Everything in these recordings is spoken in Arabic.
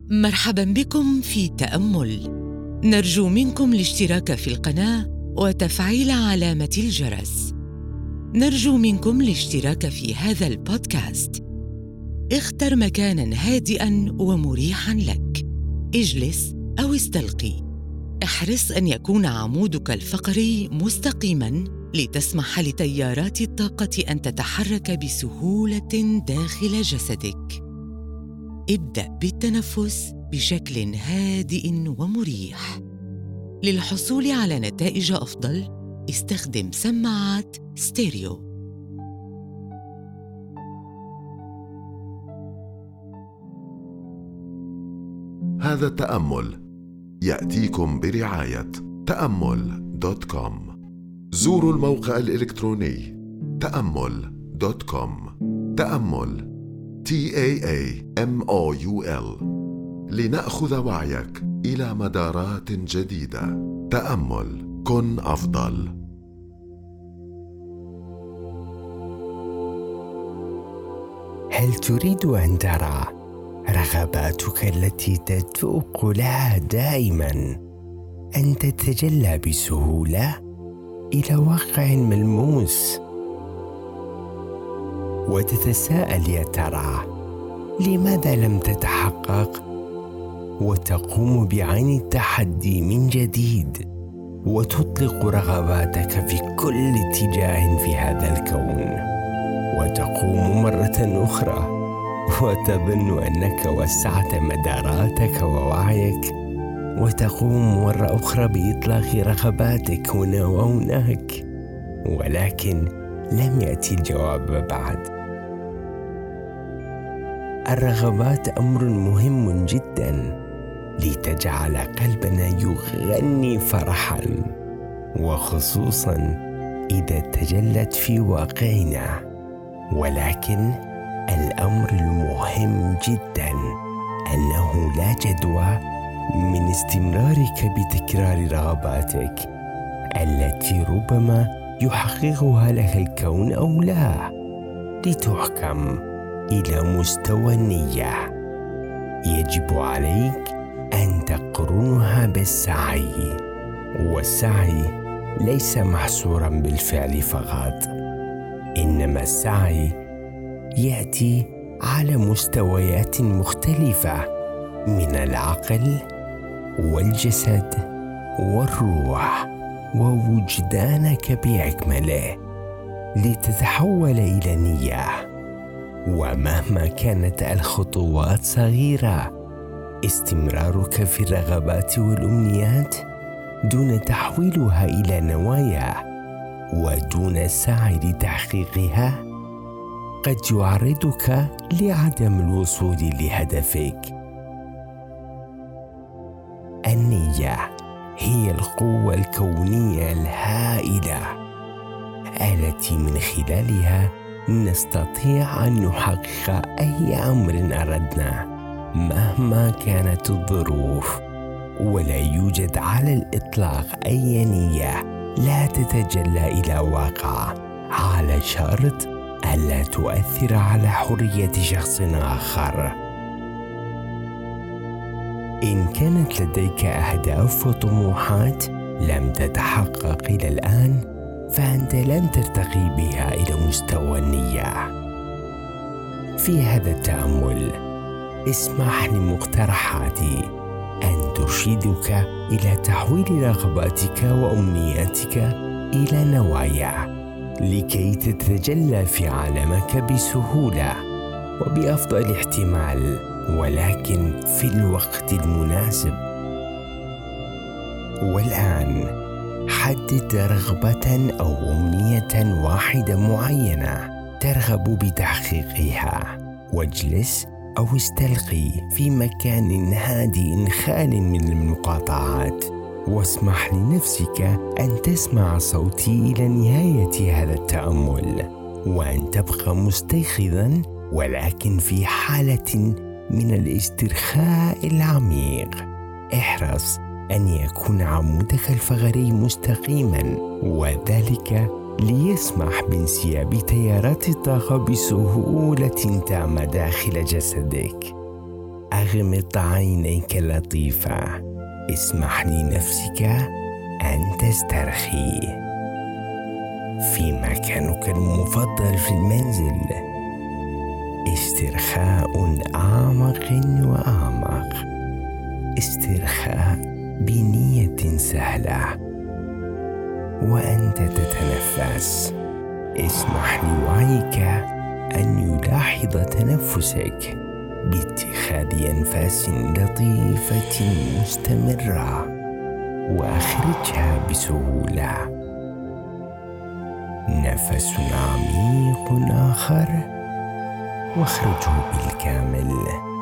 مرحباً بكم في تأمل. نرجو منكم الاشتراك في القناة وتفعيل علامة الجرس. نرجو منكم الاشتراك في هذا البودكاست. اختر مكاناً هادئاً ومريحاً لك. اجلس أو استلقي. احرص أن يكون عمودك الفقري مستقيماً لتسمح لتيارات الطاقة أن تتحرك بسهولة داخل جسدك. ابدأ بالتنفس بشكل هادئ ومريح. للحصول على نتائج أفضل، استخدم سماعات ستيريو. هذا التأمل يأتيكم برعاية تأمل.com. زوروا الموقع الإلكتروني تأمل.com. تأمل TAAMOUL لنأخذ وعيك إلى مدارات جديدة. تأمل، كن أفضل. هل تريد أن ترى رغباتك التي تدفئك لها دائما أن تتجلى بسهولة إلى واقع ملموس؟ وتتساءل يا ترى لماذا لم تتحقق؟ وتقوم بعين التحدي من جديد وتطلق رغباتك في كل اتجاه في هذا الكون، وتقوم مرة أخرى وتظن أنك وسعت مداراتك ووعيك، وتقوم مرة أخرى بإطلاق رغباتك هنا وهناك، ولكن لم يأتي الجواب بعد. الرغبات أمر مهم جدا لتجعل قلبنا يغني فرحا، وخصوصا إذا تجلت في واقعنا. ولكن الأمر المهم جدا أنه لا جدوى من استمرارك بتكرار رغباتك التي ربما يحققها لك الكون أو لا، لتحكم إلى مستوى النية. يجب عليك أن تقرنها بالسعي، والسعي ليس محصورا بالفعل فقط، إنما السعي يأتي على مستويات مختلفة من العقل والجسد والروح ووجدانك بأكمله، لتتحول إلى نية. ومهما كانت الخطوات صغيرة، استمرارك في الرغبات والأمنيات دون تحويلها إلى نوايا ودون السعي لتحقيقها قد يعرضك لعدم الوصول لهدفك. النية هي القوة الكونية الهائلة التي من خلالها نستطيع أن نحقق أي أمر أردنا مهما كانت الظروف. ولا يوجد على الإطلاق أي نية لا تتجلى إلى واقع على شرط ألا تؤثر على حرية شخص آخر. إن كانت لديك أهداف وطموحات لم تتحقق إلى الآن، فأنت لم ترتقي بها إلى مستوى النية. في هذا التأمل اسمح لمقترحاتي أن ترشدك إلى تحويل رغباتك وأمنياتك إلى نوايا، لكي تتجلى في عالمك بسهولة وبأفضل احتمال، ولكن في الوقت المناسب. والآن حدد رغبة أو أمنية واحدة معينة ترغب بتحقيقها، واجلس أو استلقي في مكان هادئ خال من المقاطعات، واسمح لنفسك أن تسمع صوتي إلى نهاية هذا التأمل، وأن تبقى مستيقظا ولكن في حالة من الاسترخاء العميق. احرص أن يكون عمودك الفقري مستقيما، وذلك ليسمح بانسياب تيارات الطاقة بسهولة تامة داخل جسدك. أغمض عينيك لطيفة. اسمح لنفسك أن تسترخي في مكانك المفضل في المنزل. استرخاء أعمق وأعمق، استرخاء بنية سهلة وأنت تتنفس. اسمح لوعيك أن يلاحظ تنفسك باتخاذ أنفاس لطيفة مستمرة، وأخرجها بسهولة. نفس عميق آخر واخرجه بالكامل،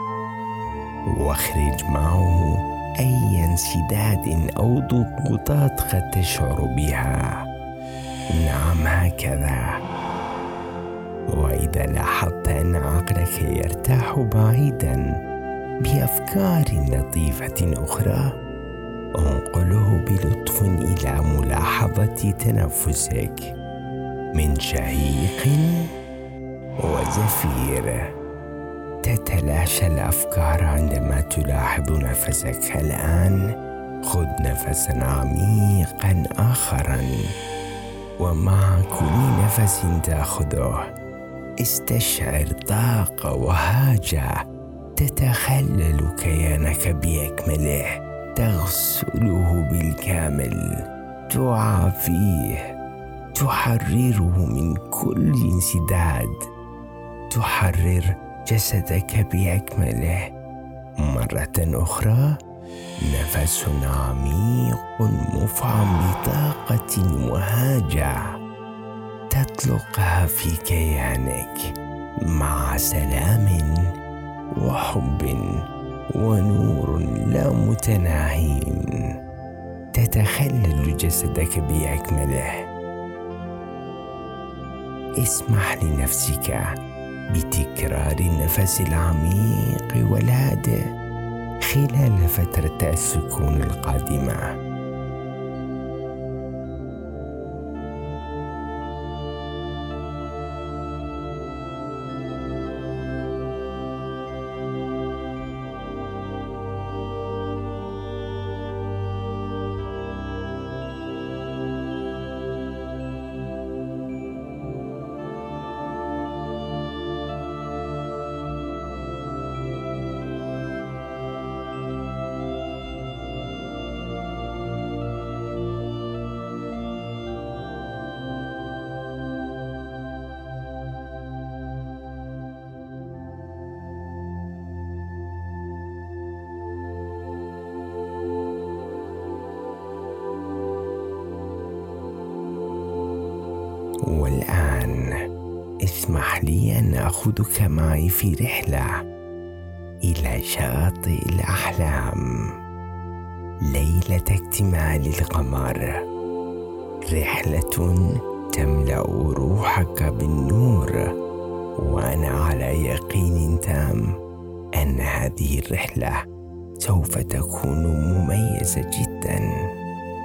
واخرج معه أي انسداد أو ضغوطات قد تشعر بها. نعم، هكذا. وإذا لاحظت أن عقلك يرتاح بعيدا بأفكار لطيفة أخرى، انقله بلطف إلى ملاحظة تنفسك من شهيق وزفير. تتلاشى الأفكار عندما تلاحظ نفسك. الآن خذ نفسا عميقا آخرا، ومع كل نفس تأخذه استشعر طاقة وهاجة تتخلل كيانك بأكمله، تغسله بالكامل، تعافيه، تحرره من كل انسداد، تحرر جسدك بأكمله. مرة أخرى، نفس عميق مفعم بطاقة وهاجة تطلقها في كيانك مع سلام وحب ونور لا متناهين. تتخلل جسدك بأكمله. اسمح لنفسك بتكرار النفس العميق والهادئ خلال فترة السكون القادمة. والآن اسمح لي أن أخذك معي في رحلة إلى شاطئ الأحلام، ليلة اكتمال القمر. رحلة تملأ روحك بالنور، وأنا على يقين تام أن هذه الرحلة سوف تكون مميزة جداً.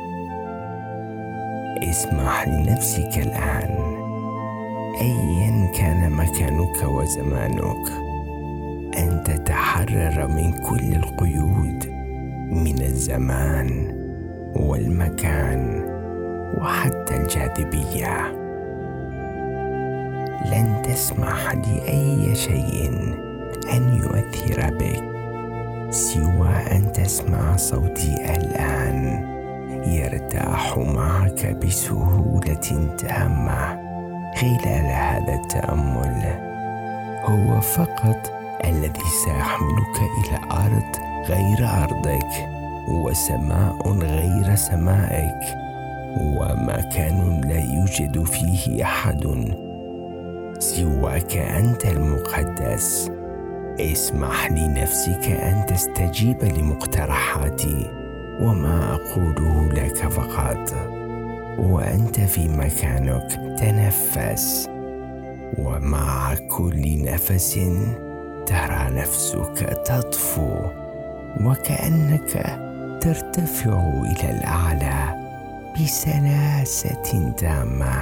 اسمح لنفسك الآن، أيا كان مكانك وزمانك، أن تتحرر من كل القيود، من الزمان والمكان وحتى الجاذبية. لن تسمح لأي شيء أن يؤثر بك سوى أن تسمع صوتي الآن يرتاح معك بسهولة تامة خلال هذا التأمل. هو فقط الذي سيحملك إلى أرض غير أرضك، وسماء غير سمائك، ومكان لا يوجد فيه أحد سواك أنت المقدس. اسمح لنفسك أن تستجيب لمقترحاتي وما أقوله لك فقط، وأنت في مكانك تنفس، ومع كل نفس ترى نفسك تطفو وكأنك ترتفع إلى الأعلى بسلاسة تامة،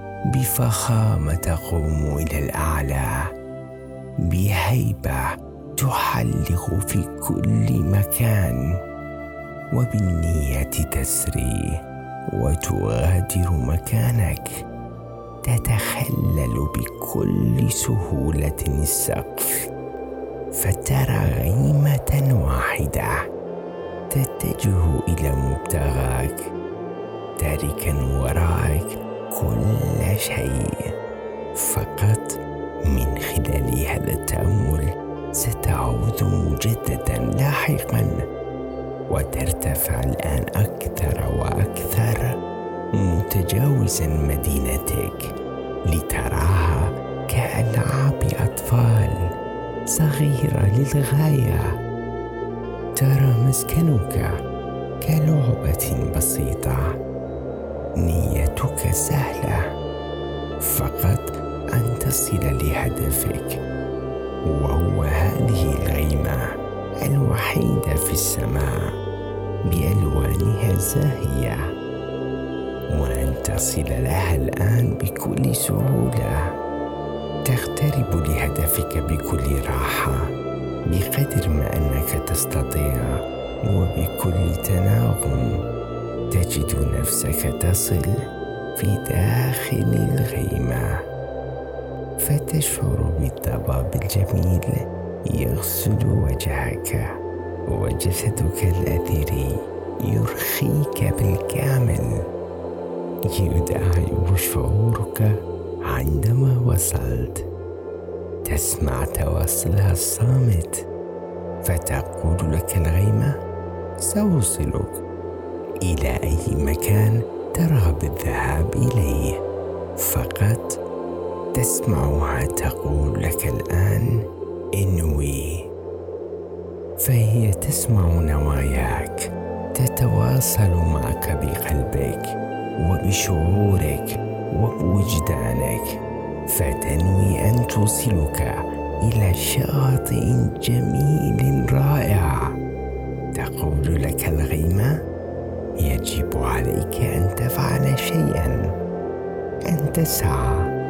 بفخامة تقوم إلى الأعلى، بهيبة تحلق في كل مكان، وبالنية تسري وتغادر مكانك، تتخلل بكل سهولة السقف، فترى غيمة واحدة تتجه إلى مبتغاك، تاركا وراءك كل شيء. فقط من خلال هذا التأمل ستعود مجددا لاحقا، وترتفع الآن أكثر وأكثر، متجاوزا مدينتك لتراها كألعاب أطفال صغيرة للغاية. ترى مسكنك كلعبة بسيطة، نيتك سهلة، فقط أن تصل لهدفك، وهو هذه الغيمة الوحيدة في السماء بألوانها الزاهية، وأن تصل لها الآن بكل سهولة. تقترب لهدفك بكل راحة بقدر ما أنك تستطيع، وبكل تناغم تجد نفسك تصل في داخل الغيمة، فتشعر بالضباب الجميل يغسل وجهك، وجسدك الأثري يرخيك بالكامل. يداعب شعورك عندما وصلت، تسمع توصلها الصامت، فتقول لك الغيمة: سأوصلك إلى أي مكان ترغب الذهاب إليه. فقط تسمعها تقول لك الآن: انوي. فهي تسمع نواياك، تتواصل معك بقلبك وبشعورك وبوجدانك، فتنوي أن توصلك إلى شاطئ جميل رائع. تقول لك الغيمة: يجب عليك أن تفعل شيئا، أن تسعى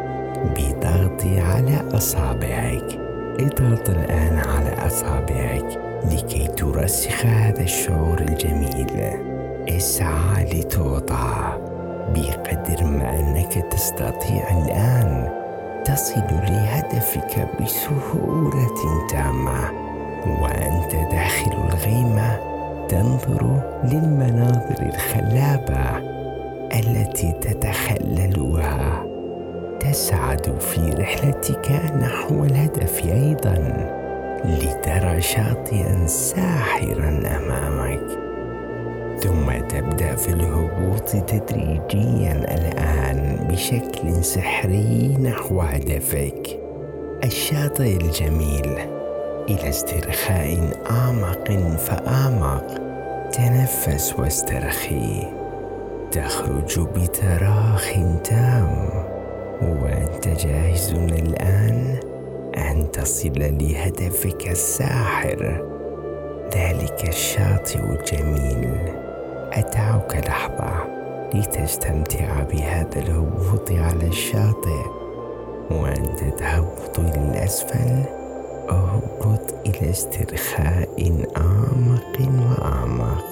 بضغط على أصابعك. اضغط الآن على أصابعك لكي ترسخ هذا الشعور الجميل. اسعى لتوضع بقدر ما أنك تستطيع الآن. تصل لهدفك بسهولة تامة، وأنت داخل الغيمة تنظر للمناظر الخلابة التي تتخللها. تسعد في رحلتك نحو الهدف أيضا، لترى شاطئا ساحرا أمامك، ثم تبدأ في الهبوط تدريجيا الآن بشكل سحري نحو هدفك، الشاطئ الجميل، إلى استرخاء أعمق فأعمق. تنفس واسترخي، تخرج بتراخ تام، وأنت جاهز الآن أن تصل لهدفك الساحر، ذلك الشاطئ الجميل. أدعوك لحظة لتستمتع بهذا الهبوط على الشاطئ، وأنت تهبط إلى الأسفل. اهبط إلى استرخاء أعمق وأعمق.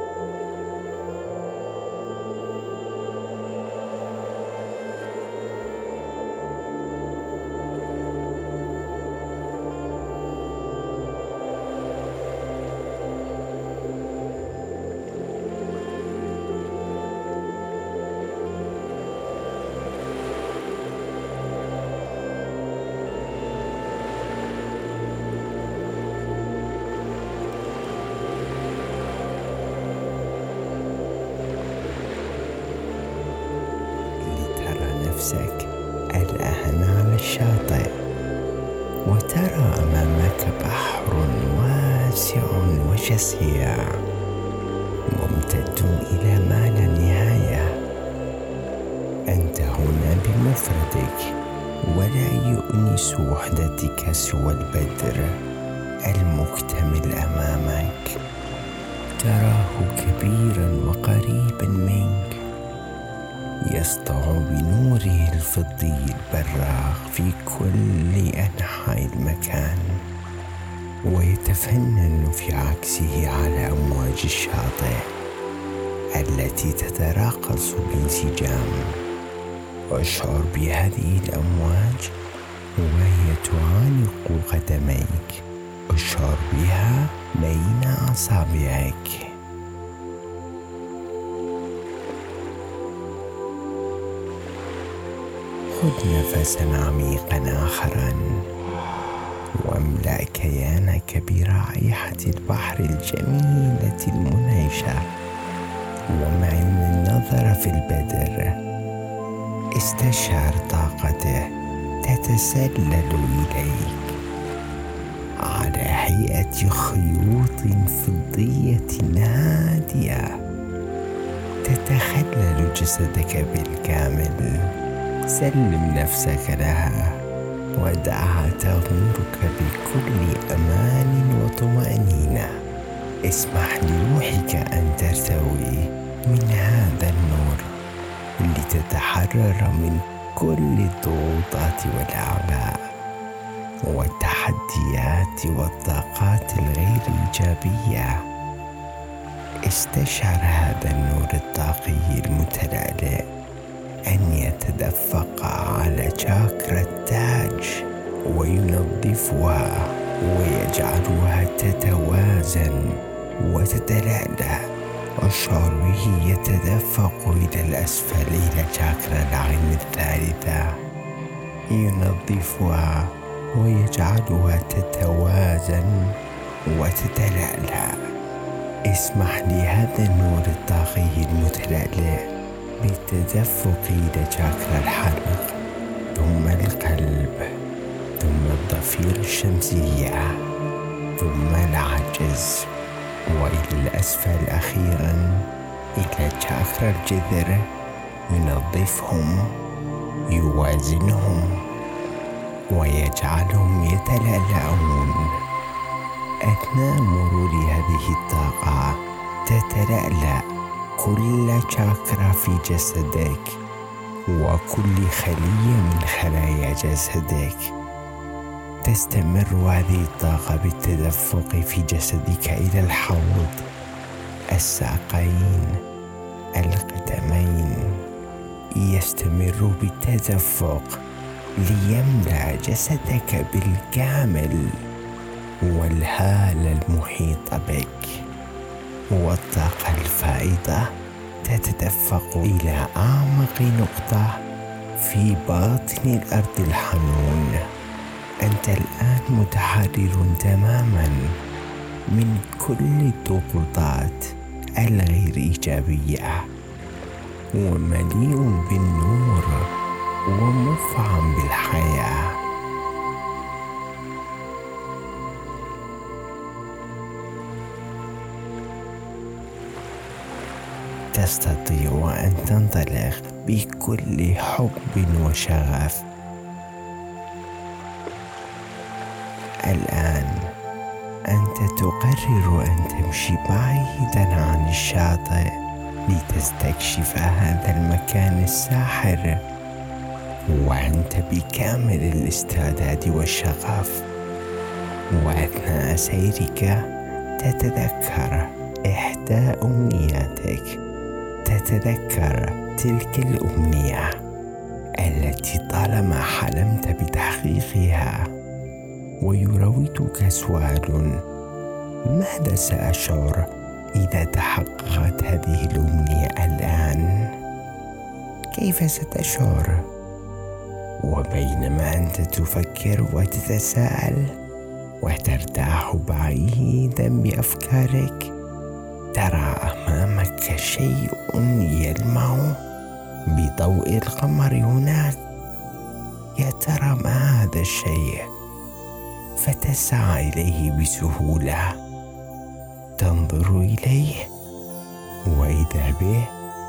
نفسك الآن على الشاطئ، وترى أمامك بحر واسع وشسيع ممتد إلى ما لا نهاية. أنت هنا بمفردك، ولا يؤنس وحدتك سوى البدر المكتمل أمامك. تراه كبيرا وقريبا منك، يسطع بنوره الفضي البراق في كل أنحاء المكان. ويتفنن في عكسه على أمواج الشاطئ التي تتراقص بانسجام. واشعر بهذه الأمواج وهي تعانق قدميك، اشعر بها بين أصابعك. خذ نفسا عميقا آخرا واملأ كيانك برائحة البحر الجميلة المنعشة، ومعن النظر في البدر استشعر طاقته تتسلل إليك على هيئة خيوط فضية هادئة تتخلل جسدك بالكامل. سلم نفسك لها ودعها تغمرك بكل أمان وطمأنينة. اسمح لروحك أن ترتوي من هذا النور لتتحرر من كل الضغوطات والأعباء والتحديات والطاقات الغير إيجابية. استشعر هذا النور الطاقي المتلألئ أن يتدفق على شاكرا التاج وينظفها ويجعلها تتوازن وتتلألأ. اشعر به يتدفق إلى الأسفل إلى شاكرا العين الثالثة، ينظفها ويجعلها تتوازن وتتلألأ. اسمح لهذا النور الطاغي المتلألئ بالتدفق إلى شاكرا الحلق، ثم القلب، ثم الضفير الشمسية، ثم العجز، وإلى الأسفل أخيرا إلى شاكرا الجذر. ينظفهم، يوازنهم، ويجعلهم يتلألؤون. أثناء مرور هذه الطاقة تتلألأ كل شاكرا في جسدك وكل خلية من خلايا جسدك. تستمر هذه الطاقة بالتدفق في جسدك إلى الحوض، الساقين، القدمين. يستمر بالتدفق ليملأ جسدك بالكامل والهالة المحيطة بك. والطاقة الفائضة تتدفق إلى أعمق نقطة في باطن الأرض الحنون. أنت الآن متحرر تماما من كل الضغوطات الغير إيجابية، ومليء بالنور ومفعم بالحياة. تستطيع أن تنطلق بكل حب وشغف. الآن أنت تقرر أن تمشي بعيدا عن الشاطئ لتستكشف هذا المكان الساحر، وأنت بكامل الاستعداد والشغف. وأثناء سيرك تتذكر إحدى أمنياتك، تتذكر تلك الأمنية التي طالما حلمت بتحقيقها. ويراودك سؤال: ماذا سأشعر إذا تحققت هذه الأمنية الآن؟ كيف ستشعر؟ وبينما أنت تفكر وتتساءل وترتاح بعيدا بأفكارك، ترى أمامك شيء يلمع بضوء القمر هناك. يا ترى ما هذا الشيء؟ فتسعى إليه بسهولة، تنظر إليه وإذا به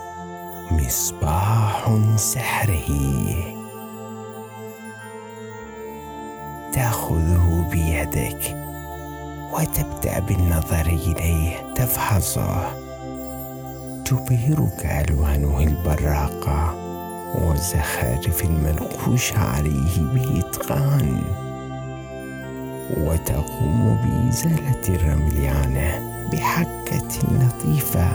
مصباح سحري. تأخذه بيدك وتبدأ بالنظر إليه، تفحصه. تبهرك ألوانه البراقة والزخارف المنقوشة عليه بإتقان. وتقوم بإزالة الرمل عنه بحكة لطيفة،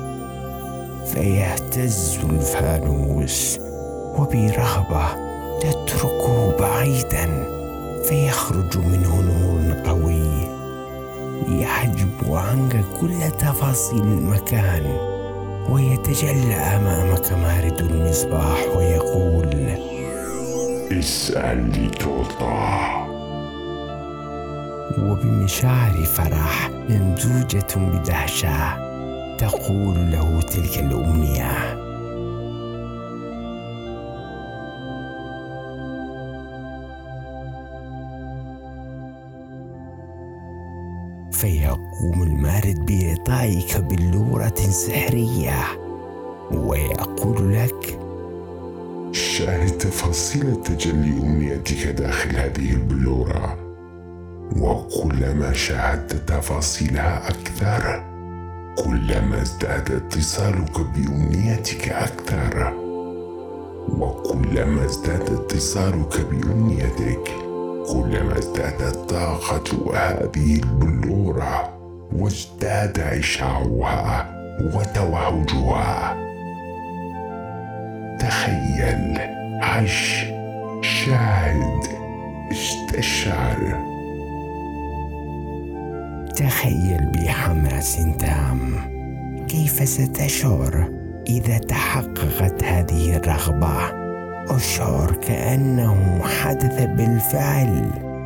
فيهتز الفانوس، وبرغبة تتركه بعيدا، فيخرج منه نور قوي يحجب عنك كل تفاصيل المكان، ويتجلى أمامك مارد المصباح ويقول: اسأل لتعطى. وبمشاعر فرح ممزوجة بدهشة تقول له تلك الأمنية: فيقوم المارد بإعطائك بلورة سحرية ويقول لك: شاهد تفاصيل تجلي أمنيتك داخل هذه البلورة، وكلما شاهدت تفاصيلها أكثر كلما ازداد اتصالك بأمنيتك أكثر، وكلما ازداد اتصالك بأمنيتك كلما ازدادت طاقة هذه البلورة وازداد إشعاعها وتوهجها. تخيل، عش، شاهد، استشعر. تخيل بحماس تام كيف ستشعر إذا تحققت هذه الرغبة. أشعر كأنه حدث بالفعل.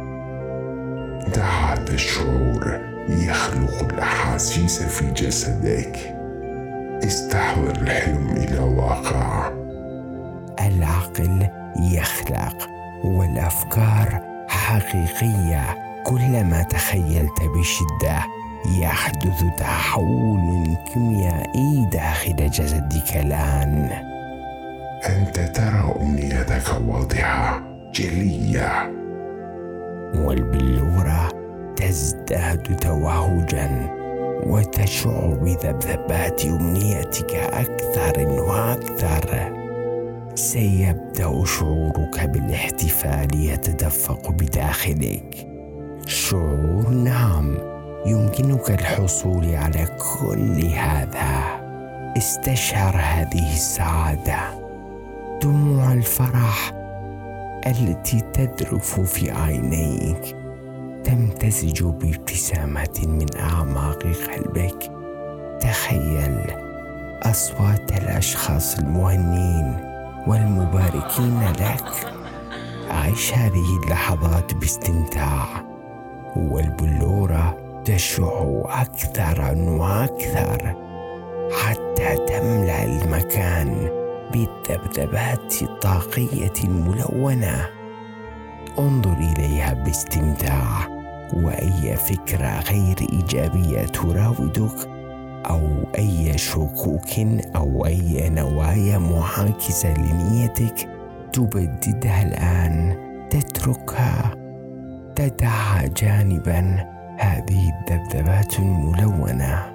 دع هذا الشعور يخلق الأحاسيس في جسدك. استحضر الحلم إلى واقع. العقل يخلق والأفكار حقيقية. كلما تخيلت بشدة يحدث تحول كيميائي داخل جسدك الآن. أنت ترى أمنيتك واضحة جلية، والبلورة تزداد توهجا وتشعر بذبذبات أمنيتك أكثر وأكثر. سيبدأ شعورك بالاحتفال يتدفق بداخلك. شعور نعم يمكنك الحصول على كل هذا. استشعر هذه السعادة، دموع الفرح التي تذرف في عينيك تمتزج بابتسامة من أعماق قلبك. تخيل أصوات الأشخاص المهنين والمباركين لك. عيش هذه اللحظات باستمتاع، والبلورة تشع أكثر وأكثر حتى تملأ المكان بالذبذبات الطاقية الملونة. انظر إليها باستمتاع، وأي فكرة غير إيجابية تراودك أو أي شكوك أو أي نوايا معاكسة لنيتك تبددها الآن. تتركها، تدعها جانبا. هذه الذبذبات الملونة.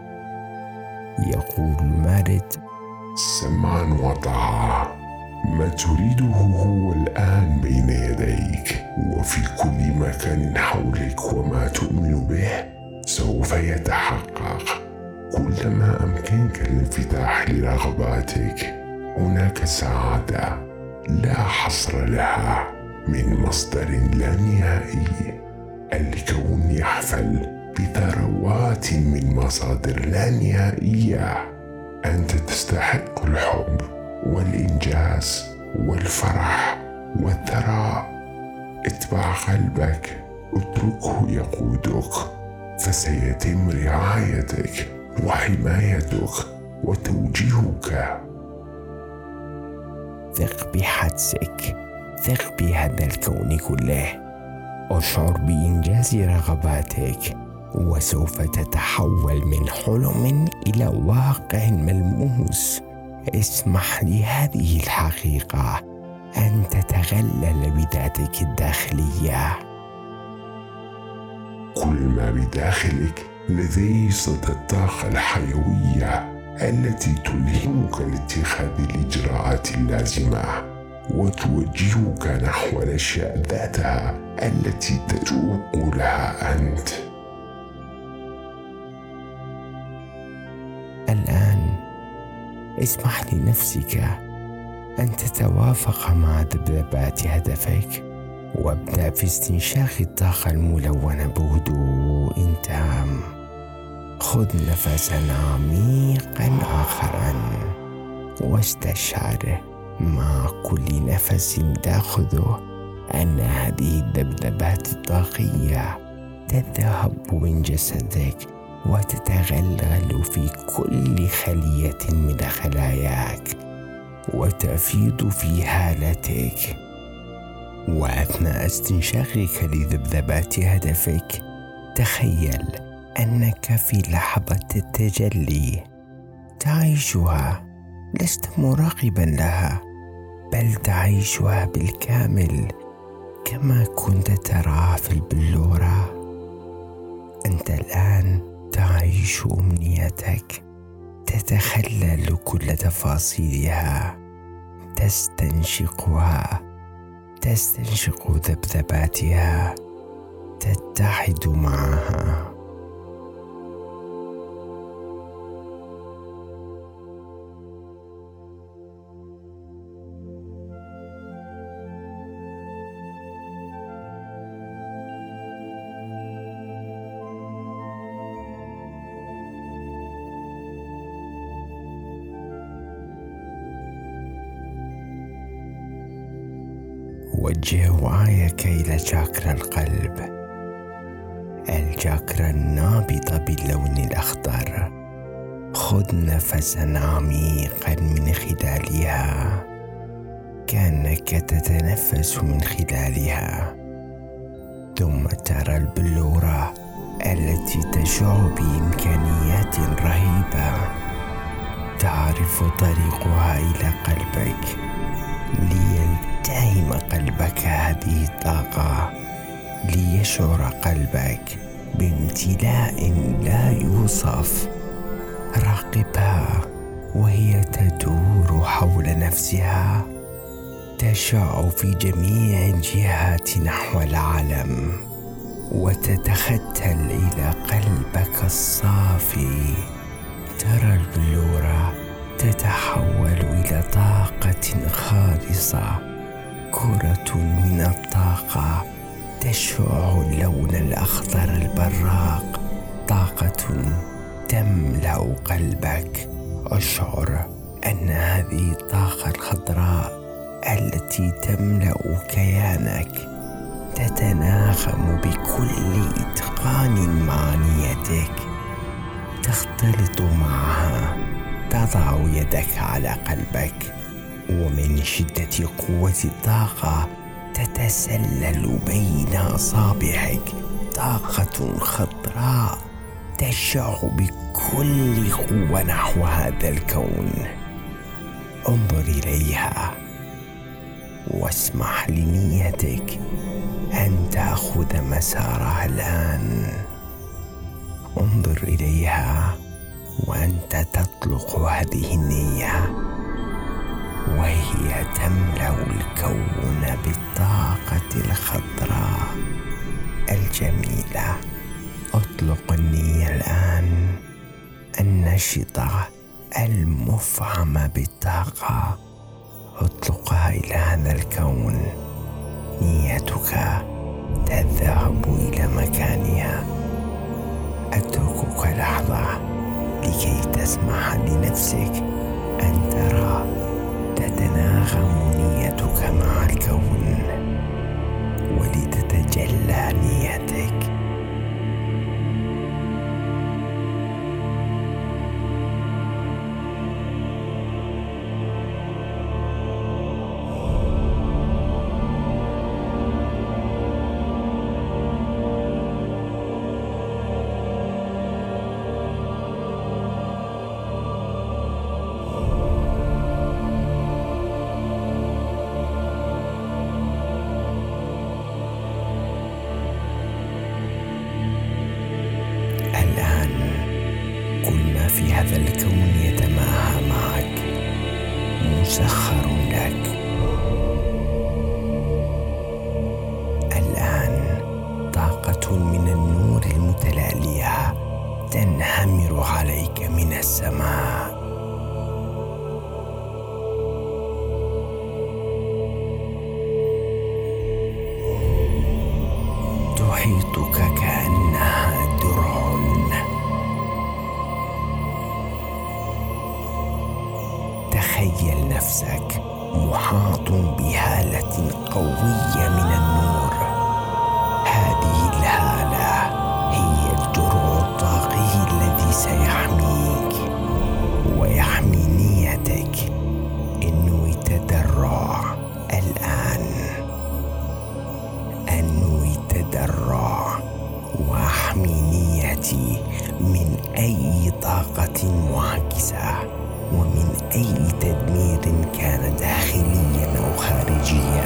يقول المارد: سمعا وطاعة. ما تريده هو الآن بين يديك وفي كل مكان حولك، وما تؤمن به سوف يتحقق. كلما أمكنك الانفتاح لرغباتك هناك سعادة لا حصر لها من مصدر لا نهائي. الكون يحفل بثروات من مصادر لا نهائية. أنت تستحق الحب والإنجاز والفرح والثراء. اتبع قلبك، اتركه يقودك، فسيتم رعايتك وحمايتك وتوجيهك. ثق بحدسك، ثق بهذا الكون كله. أشعر بإنجاز رغباتك، وسوف تتحول من حلم إلى واقع ملموس. اسمح لهذه الحقيقة أن تتغلل بذاتك الداخلية. كل ما بداخلك لديه صدى الطاقة الحيوية التي تلهمك لاتخاذ الإجراءات اللازمة وتوجهك نحو الأشياء ذاتها التي تتوق لها أنت. الآن اسمح لنفسك أن تتوافق مع ذبذبات هدفك، وابدأ في استنشاق الطاقة الملونة بهدوء تام. خذ نفساً عميقاً آخراً، واستشعر مع كل نفس تأخذه أن هذه الذبذبات الطاقية تذهب من جسدك وتتغلغل في كل خلية من خلاياك وتفيض في هالتك. وأثناء استنشاقك لذبذبات هدفك تخيل أنك في لحظة التجلي تعيشها، لست مراقبا لها، بل تعيشها بالكامل كما كنت تراها في البلورة. أنت الآن تعيش أمنيتك، تتخلل كل تفاصيلها، تستنشقها، تستنشق ذبذباتها، تتحد معها. وجه وعيك إلى شاكرا القلب، الشاكرا النابضة باللون الأخضر. خذ نفسا عميقا من خلالها كأنك تتنفس من خلالها، ثم ترى البلورة التي تشع بإمكانيات رهيبة تعرف طريقها إلى قلبك ليلتهم قلبك هذه الطاقة، ليشعر قلبك بامتلاء لا يوصف. راقبها وهي تدور حول نفسها، تشع في جميع الجهات نحو العالم وتتختل إلى قلبك الصافي. ترى البلورة تتحول إلى طاقة خالصة، كرة من الطاقة تشع اللون الأخضر البراق، طاقة تملأ قلبك. أشعر أن هذه الطاقة الخضراء التي تملأ كيانك تتناغم بكل إتقان مع نيتك، تختلط معها. تضع يدك على قلبك ومن شدة قوة الطاقة تتسلل بين أصابعك طاقة خضراء تشع بكل قوة نحو هذا الكون. انظر إليها واسمح لنيتك أن تأخذ مسارها الآن. انظر إليها وأنت تطلق هذه النية وهي تملأ الكون بالطاقة الخضراء الجميلة. اطلق النية الآن النشطة المفعمة بالطاقة، اطلقها إلى هذا الكون. نيتك تذهب إلى مكانها. أتركك لحظة لكي تسمح لنفسك أن ترى تتناغم نيتك مع الكون ولتتجلى نيتك. في هذا الكون يتماهى معك، مسخر لك. تنهمر عليك من السماء. تحيطك كأنها درع. تخيل نفسك محاط بهالة قوية من النور. هذه الهالة هي الدرع الطاغي الذي سيحميك ويحمي نيتك. انوي تدرع الآن، انوي تدرع واحمي نيتي من أي طاقة معاكسة ومن أي تدمير كان داخليا أو خارجيا.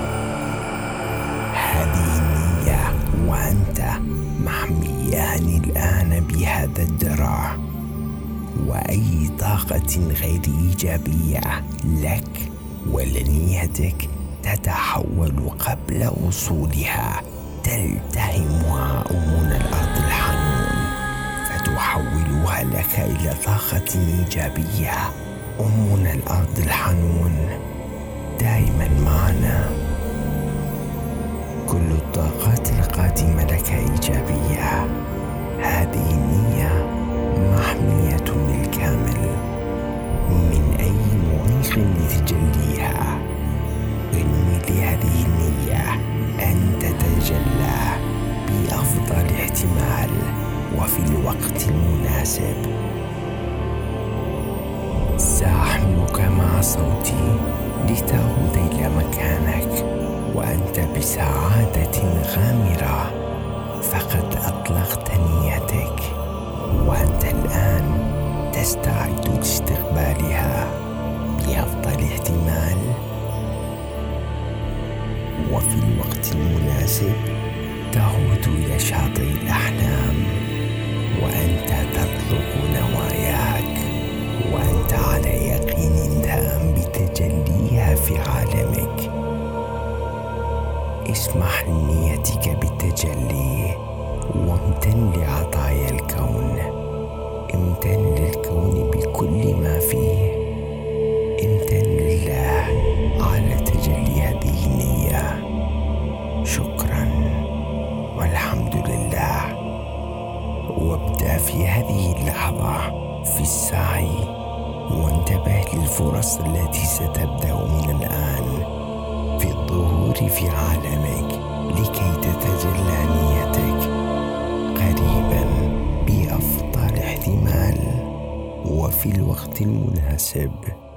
هذه النية وأنت محميان الآن بهذا الدرع، وأي طاقة غير إيجابية لك ولنيتك تتحول قبل وصولها، تلتهمها أمون الأرض الحنون فتحولها لك إلى طاقة إيجابية. أمنا الأرض الحنون دائما معنا. كل الطاقات القادمة لك إيجابية. هذه النية محمية بالكامل من أي معيق لتجليها. انوي لهذه النية أن تتجلى بأفضل احتمال وفي الوقت المناسب. سأحملك مع صوتي لتعود إلى مكانك وأنت بسعادة غامرة، فقد أطلقت نيتك وأنت الآن تستعد لاستقبالها بأفضل احتمال وفي الوقت المناسب. تعود إلى شاطئ الأحلام وأنت تطلق نواياك وأنت على يقين تام بتجليها في عالمك. اسمح لنيتك بالتجلي وامتن لعطايا الكون. امتن للكون بكل ما فيه. امتن لله على تجلي هذه النية. شكرا والحمد لله. وابدأ في هذه اللحظة في السعي وانتبه للفرص التي ستبدأ من الآن في الظهور في عالمك لكي تتجلى نيتك قريبا بأفضل احتمال وفي الوقت المناسب.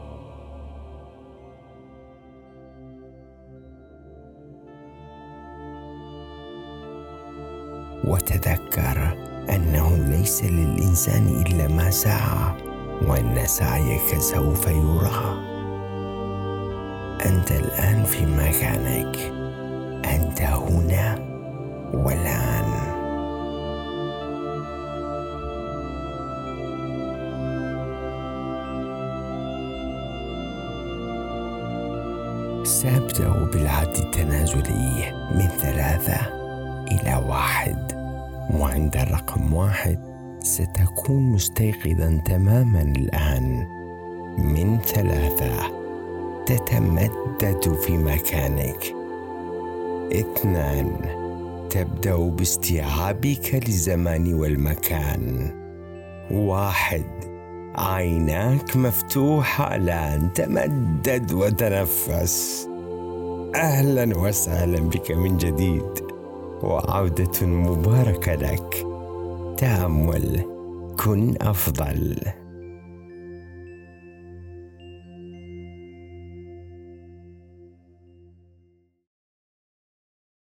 وتذكر أنه ليس للإنسان إلا ما سعى وأن سعيك سوف يرى. أنت الآن في مكانك. أنت هنا والآن. سأبدأ بالعد التنازلي من 3 إلى 1، وعند الرقم 1 ستكون مستيقظا تماما الآن. من 3 تتمدد في مكانك. 2 تبدأ باستيعابك للزمان والمكان. 1 عيناك مفتوحة الآن. تمدد وتنفس. أهلا وسهلا بك من جديد وعودة مباركة لك. تأمل. كن أفضل.